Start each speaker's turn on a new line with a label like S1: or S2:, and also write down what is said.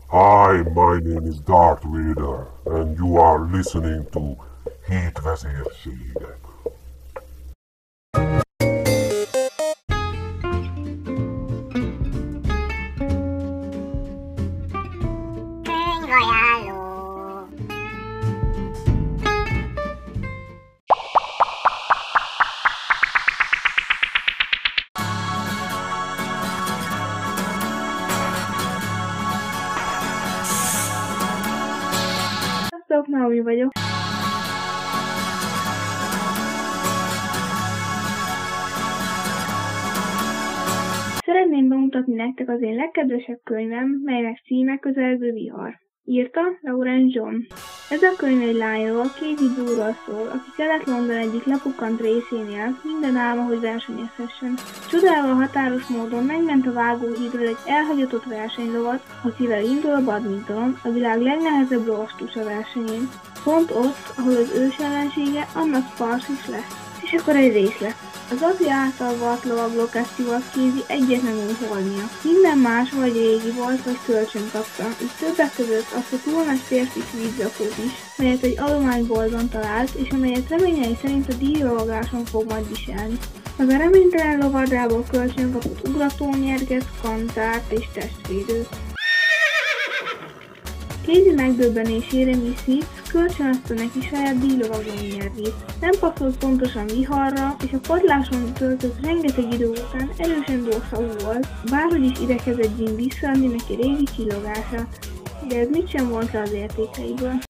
S1: Hi, my name is Darth Vader, and you are listening to Hét vezérségek.
S2: Könyvajánló.
S3: Sziasztok, Naomi vagyok. Szeretném bemutatni nektek az én legkedvesebb könyvem, melynek címe Közelgő vihar. Írta Lawrence John. Ez a könyv egy lányról, Casey Blue-ról szól, aki Kelet-London egyik lepukkant részén él, minden álma, hogy versenyezhessen. Csodával határos módon megment a vágóhídról egy elhagyatott versenylovat, akivel indul a badmintonon, a világ legnehezebb lovastusa versenyén. Pont ott, ahol az ős ellensége Anna Sparks is lesz. És akkor egy részlet. Az apja által vart lovagló Cassie-val Casey egyetlenül holnia. Minden más vagy régi volt, vagy kölcsön kapta, így többek között azt a túl nagy férfi vízrakót is, melyet egy adományboltban talált, és amelyet reményei szerint a díjlovagáson fog majd viselni. Az a reménytelen lovardából kölcsön kapott ugratómérget, kantárt és testvédőt. Casey megdöbbenésére Miss Hitz kölcsönözte neki saját díjlovagló nyervét. Nem passzolt pontosan viharra, és a padláson töltött rengeteg idő után erősen dószagú volt, bárhogy is idekezett Jim visszaadni neki régi csillogását, de ez mit sem volt le az értékeiből.